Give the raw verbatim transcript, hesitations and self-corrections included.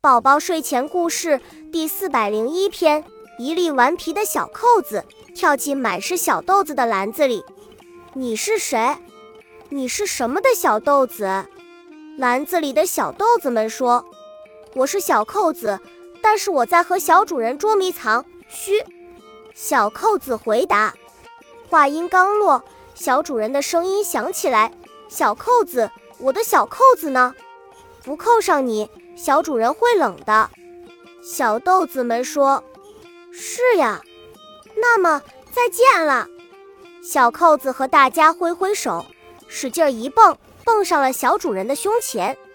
宝宝睡前故事第四百零一篇：一粒顽皮的小扣子跳进满是小豆子的篮子里。你是谁？你是什么的小豆子？篮子里的小豆子们说：我是小扣子，但是我在和小主人捉迷藏。嘘！小扣子回答。话音刚落，小主人的声音响起来：小扣子，我的小扣子呢？不扣上你，小主人会冷的。小豆子们说：是呀，那么再见了。小扣子和大家挥挥手，使劲一蹦，蹦上了小主人的胸前。